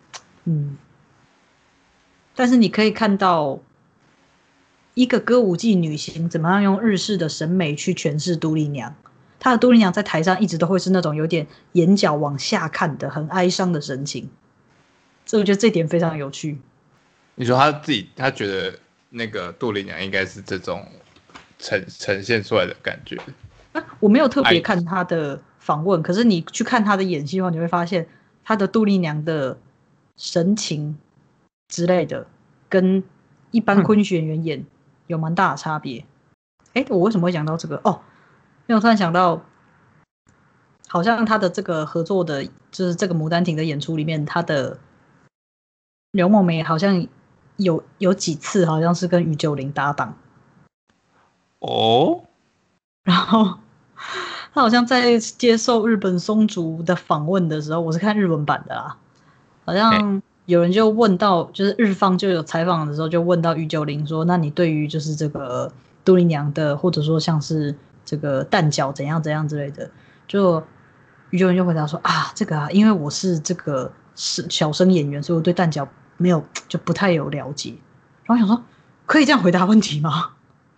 但是你可以看到一个歌舞伎女星怎么样用日式的审美去诠释杜丽娘。她的杜丽娘在台上一直都会是那种有点眼角往下看的很哀伤的神情，所以我觉得这点非常有趣。 你说他觉得那个杜丽娘应该是这种呈现出来的感觉。 我没有特别看她的访问，可是你去看她的演戏的话，你会发现她的杜丽娘的神情之类的，跟一般昆曲演员演有蛮大的差别。我为什么会讲到这个？因为我突然想到，好像他的这个合作的，就是这个《牡丹亭》的演出里面，他的刘梦梅好像有几次好像是跟于九龄搭档哦， 然后他好像在接受日本松竹的访问的时候，我是看日文版的啦，好像有人就问到，就是日方就有采访的时候就问到于九龄说，那你对于就是这个杜丽娘的，或者说像是这个旦角怎样怎样之类的，就于九龄就回答说这个因为我是这个是小生演员，所以我对旦角没有就不太有了解。然后想说，可以这样回答问题吗？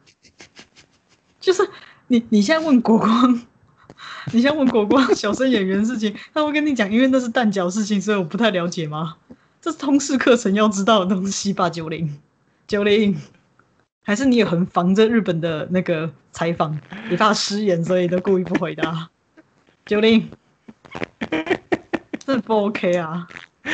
就是你现在问国光，你现在问国光小生演员的事情，他会跟你讲，因为那是旦角事情，所以我不太了解吗？这是通识课程要知道的东西吧？90，还是你也很防着日本的那个采访，也怕失言，所以都故意不回答。90，这不 OK 啊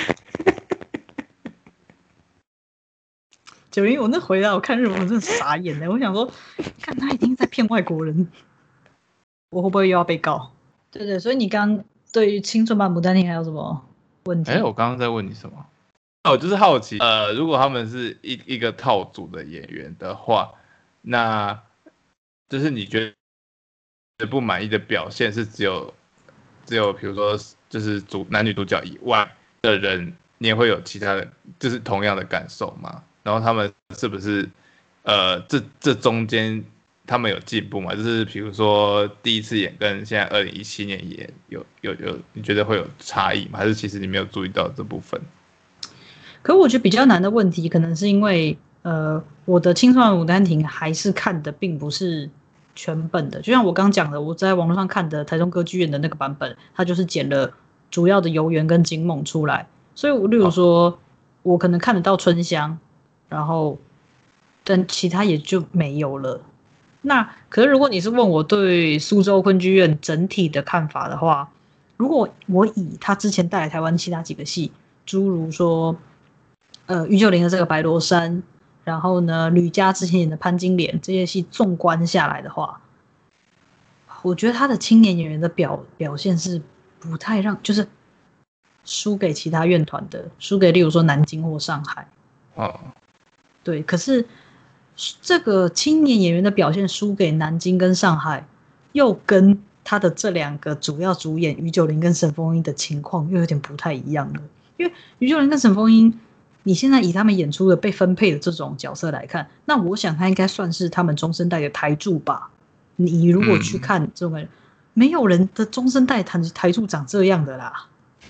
！90，我那回答我看日文我真的傻眼了，我想说，看他一定在骗外国人，我会不会又要被告？对对，所以你刚对于青春版牡丹亭还有什么问题？ 我刚刚在问你什么？我就是好奇，如果他们是一个套组的演员的话，那就是你觉得不满意的表现是只有比如说就是男女主角以外的人，你也会有其他的，就是同样的感受吗？然后他们是不是这中间他们有进步吗？就是比如说第一次演跟现在2017年演有，你觉得会有差异吗？还是其实你没有注意到这部分？ 可我觉得比较难的问题，可能是因为我的青春版牡丹亭还是看的并不是全本的，就像我刚讲的，我在网络上看的台中歌剧院的那个版本，它就是剪了主要的游园跟金梦出来，所以例如说，我可能看得到春香，然后但其他也就没有了。那可是如果你是问我对苏州昆剧院整体的看法的话，如果我以他之前带来台湾其他几个戏，诸如说于九龄的这个白罗衫，然后呢吕嘉之前演的潘金莲这些戏纵观下来的话，我觉得他的青年演员的表现是不太就是输给其他院团的，输给例如说南京或上海。对，可是这个青年演员的表现输给南京跟上海，又跟他的这两个主要主演于九龄跟沈凤英的情况又有点不太一样了。因为于九龄跟沈凤英，你现在以他们演出的被分配的这种角色来看，那我想他应该算是他们中生代的台柱吧。你如果去看这种，没有人的中生代台柱长这样的啦。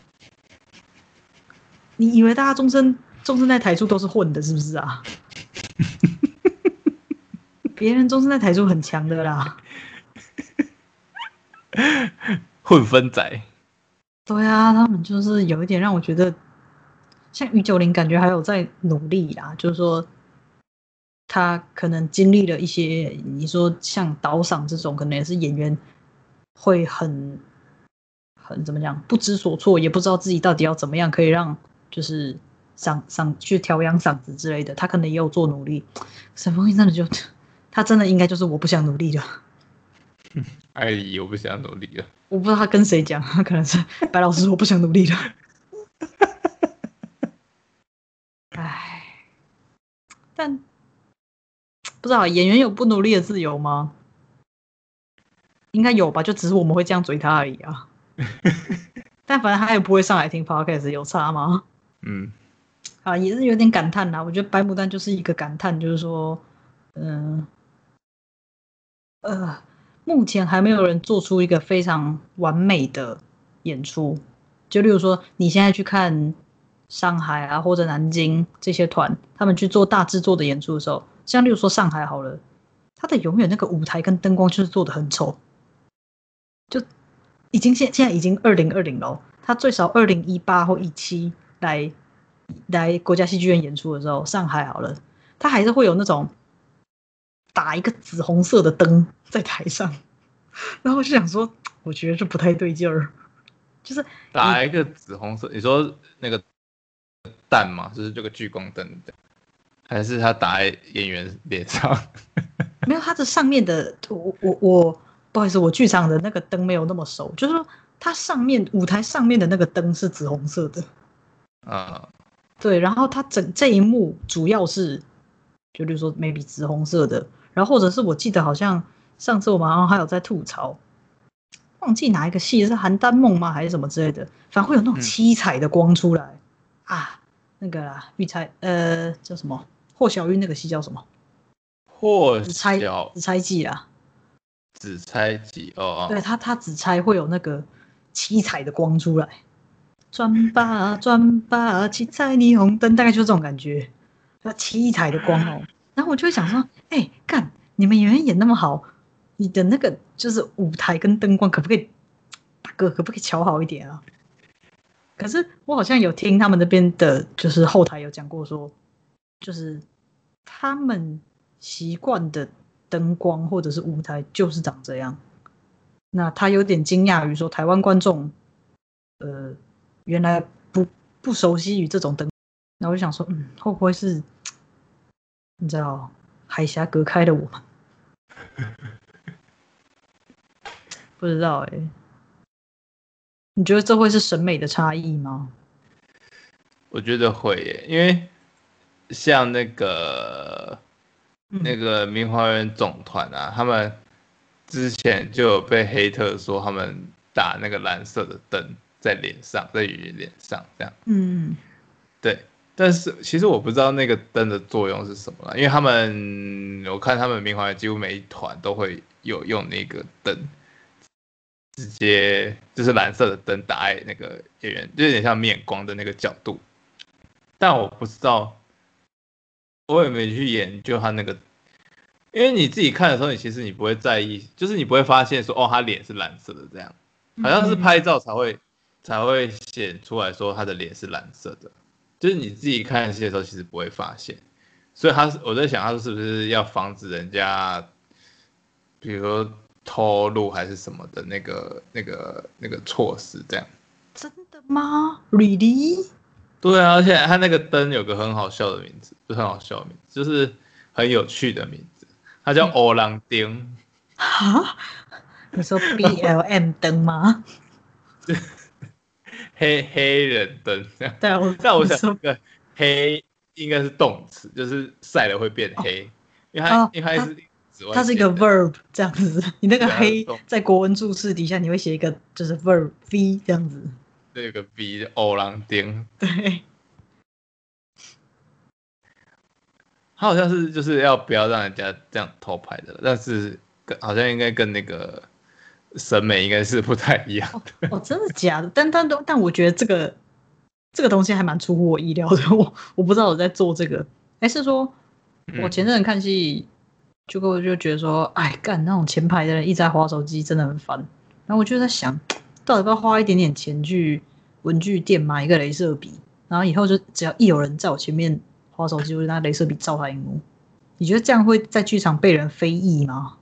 你以为大家中生代台柱都是混的，是不是啊？别人中生代台柱很强的啦。 混分仔。 对啊，他们就是有一点让我觉得，像于九龄感觉还有在努力啦，就是说他可能经历了一些，你说像导赏这种，可能也是演员会很怎么讲，不知所措，也不知道自己到底要怎么样可以让就是去调养嗓子之类的，他可能也有做努力。沈凤英真的他真的应该就是我不想努力了。 艾莉，我不想努力了。 我不知道他跟谁讲，他可能是白老师，我不想努力了。唉， 不知道演员有不努力的自由吗？应该有吧，就只是我们会这样追他而已啊。但反正他也不会上来听 podcast，有差吗？啊，也是有点感叹啦。我觉得白牡丹就是一个感叹，就是说，嗯目前还没有人做出一个非常完美的演出。就例如说，你现在去看上海啊或者南京这些团，他们去做大制作的演出的时候，像例如说上海好了，他的永远那个舞台跟灯光就是做的很丑，就已经现在已经2020了，他最少2018或17来国家戏剧院演出的时候，上海好了，他还是会有那种打一个紫红色的灯在台上，然后我就想说，我觉得这不太对劲儿，就是打一个紫红色，你说那个蛋嘛，就是这个聚光灯的，还是他打在演员脸上？ 没有它的上面的，我不好意思，我剧场的那个灯没有那么熟，就是说它上面舞台上面的那个灯是紫红色的，对，然后它这一幕主要是，就比如说 maybe 紫红色的，然后或者是我记得好像上次我们好像还有在吐槽，忘记哪一个戏是邯郸梦吗还是什么之类的，反正会有那种七彩的光出来啊，那个啦，玉钗叫什么霍小玉那个戏叫什么？ 或紫钗小紫钗记啦， 紫钗记对它紫钗会有那个七彩的光出来，转吧转吧，七彩霓虹灯，大概就是这种感觉，七彩的光哦。然后我就会想说，哎，干，你们演员演那么好，你的那个就是舞台跟灯光可不可以，大哥可不可以调好一点啊？可是我好像有听他们那边的，就是后台有讲过说，就是他们习惯的灯光或者是舞台就是长这样。那他有点惊讶于说，台湾观众原来不熟悉于这种灯。那我就想说，会不会是你知道海峡隔开了我们？不知道哎、你觉得这会是审美的差异吗？ 我觉得会耶，因为像那个明华园总团啊，他们之前就有被黑特说他们打那个蓝色的灯在脸上，在演员脸上这样。对。但是其实我不知道那个灯的作用是什么啦，因为我看他们明华园几乎每一团都会有用那个灯，直接就是蓝色的灯打在那个演员，就有点像面光的那个角度。但我不知道，我也没去研究他那个，因为你自己看的时候，其实不会在意，就是你不会发现说哦，他脸是蓝色的这样，好像是拍照才会显出来说他的脸是蓝色的，就是你自己看戏的时候其实不会发现，所以我在想他是不是要防止人家，比如说偷录还是什么的那个措施这样。 真的吗？Really？ 对啊，而且他那个灯有个很好笑的名字，不是很好笑的名字，就是很有趣的名字，它叫欧郎丁。 哈？你说 BLM 灯吗？ 黑人灯这样。 对啊， 但我你说想这个黑应该是动词，就是晒了会变黑， 哦， 因为它是紫外它是一个线的， verb 这样子。你那个对，它是黑动， 在国文注释底下，你会写一个就是 verb v 这样子。 这有个 B 欧郎丁， 对， 他好像是就是要不要让人家这样偷拍的，但是好像应该跟那个审美应该是不太一样的。 哦，真的假的？但我觉得这个东西还蛮出乎我意料的。我不知道我在做这个，还是说我前阵子看戏，就觉得说，哎，干那种前排的人一直在滑手机，真的很烦。然后我就在想，到底要不要花一点点钱去文具店买一个雷射笔，然后以后就只要一有人在我前面滑手机，我就拿雷射笔照他荧幕。你觉得这样会在剧场被人非议吗？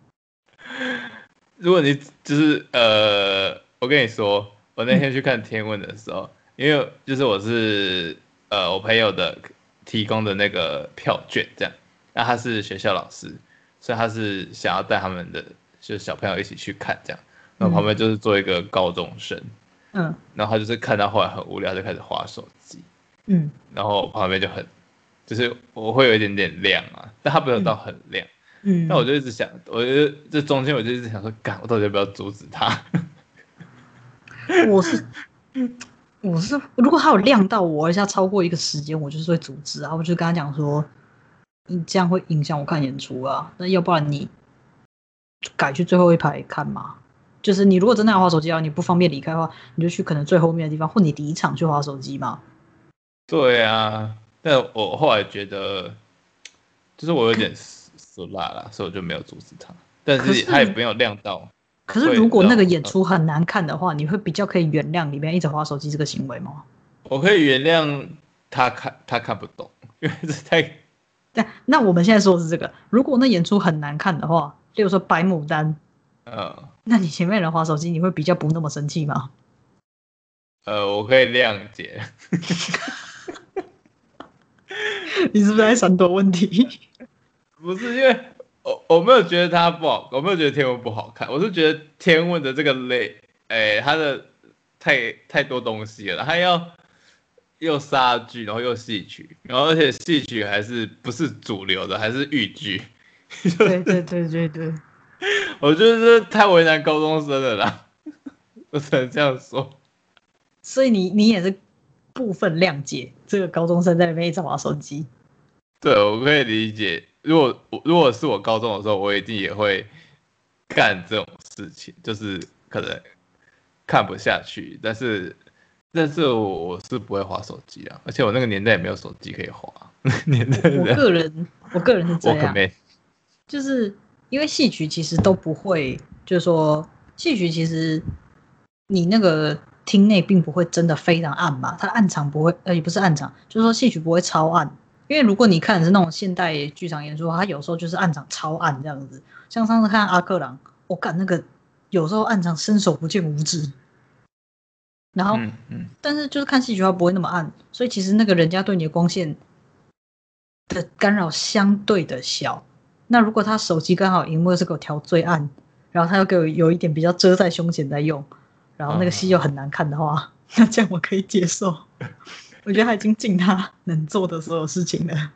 如果你就是我跟你说，我那天去看天问的时候，因为就是我是我朋友的提供的那个票券这样，那他是学校老师，所以他是想要带他们的就是小朋友一起去看这样，然后旁边就是做一个高中生，然后他就是看到后来很无聊就开始滑手机，然后旁边就很就是我会有一点点亮啊，但它没有到很亮。但我就一直想，我觉得这中间我就一直想说，干，我到底要不要阻止他？ 我是，如果他有亮到我一下超过一个时间，我就是会阻止啊。我就跟他讲说，你这样会影响我看演出啊。那要不然你改去最后一排看嘛。就是你如果真的要滑手机啊，你不方便离开的话，你就去可能最后面的地方，或你第一场去滑手机嘛。 对啊，但我后来觉得，就是我有点死辣啦，所以我就没有阻止他。但是他也没有亮到。 可是如果那个演出很难看的话，你会比较可以原谅里面一直滑手机这个行为吗？ 我可以原谅他看不懂，因为这太…… 那我们现在说的是这个，如果那演出很难看的话，例如说白牡丹，那你前面人滑手机，你会比较不那么生气吗？ 我可以谅解。 你是不是在闪躲问题？ 不是，因为我没有觉得他不好，我没有觉得天问不好看，我是觉得天问的这个他的太多东西了，他要又杀剧，然后又戏曲，然后而且戏曲还是不是主流的，还是豫剧。 对对对对对， 我觉得这太为难高中生了啦，我只能这样说。 所以你也是部分谅解这个高中生在那边一直滑手机。 对，我可以理解。如果是我高中的时候，我一定也会干这种事情，就是可能看不下去，但是我是不会滑手机啊，而且我那个年代也没有手机可以滑。年代我个人是这样，就是因为戏曲其实都不会，就是说戏曲其实你那个厅内并不会真的非常暗嘛，它暗场不会，也不是暗场，就是说戏曲不会超暗。因为如果你看的是那种现代剧场演出，它有时候就是暗场超暗这样子。像上次看阿克朗，我感那个有时候暗场伸手不见五指。然后，但是就是看戏曲它不会那么暗，所以其实那个人家对你的光线的干扰相对的小。那如果他手机刚好荧幕是给我调最暗，然后他又给我有一点比较遮在胸前在用，然后那个戏又很难看的话，那这样我可以接受。我觉得他已经尽他能做的所有事情了。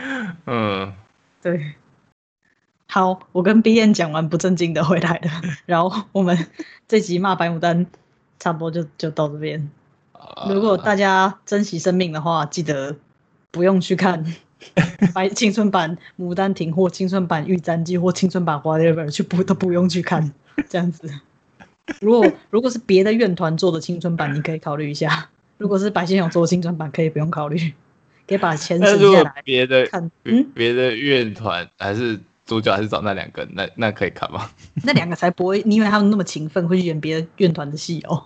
对。好，我跟 BN 讲完不正经的回来了，然后我们这集骂白牡丹差不多就到这边。如果大家珍惜生命的话，记得不用去看青春版牡丹亭或青春版玉簪记或青春版 whatever， 都不用去看这样子。如果是别的院团做的青春版，你可以考虑一下；如果是白先勇做的青春版，可以不用考虑，可以把钱省下来看。 别的院团还是主角还是找那两个，那可以看吗？ 那两个才不会，你以为他们那么勤奋会去演别的院团的戏哦？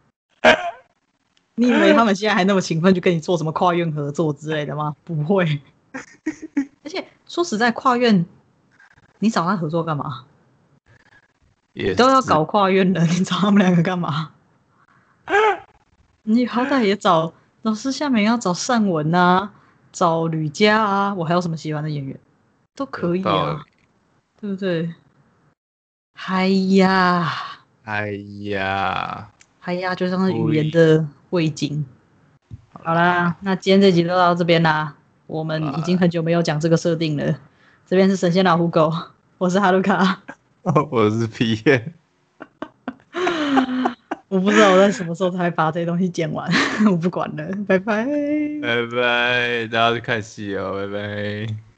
你以为他们现在还那么勤奋，就跟你做什么跨院合作之类的吗？不会。而且说实在，跨院你找他合作干嘛？你都要搞跨院了，你找他们两个干嘛？你好歹也找老师下面要找善文啊，找吕嘉啊，我还有什么喜欢的演员都可以啊，对不对？哎呀，就像是语言的味精。好啦，那今天这集就到这边啦。我们已经很久没有讲这个设定了。这边是神仙老虎狗，我是哈鲁卡， 我是皮耶。 我不知道我在什么时候才把这些东西剪完，我不管了，拜拜， 拜拜，大家去看戏哦，拜拜。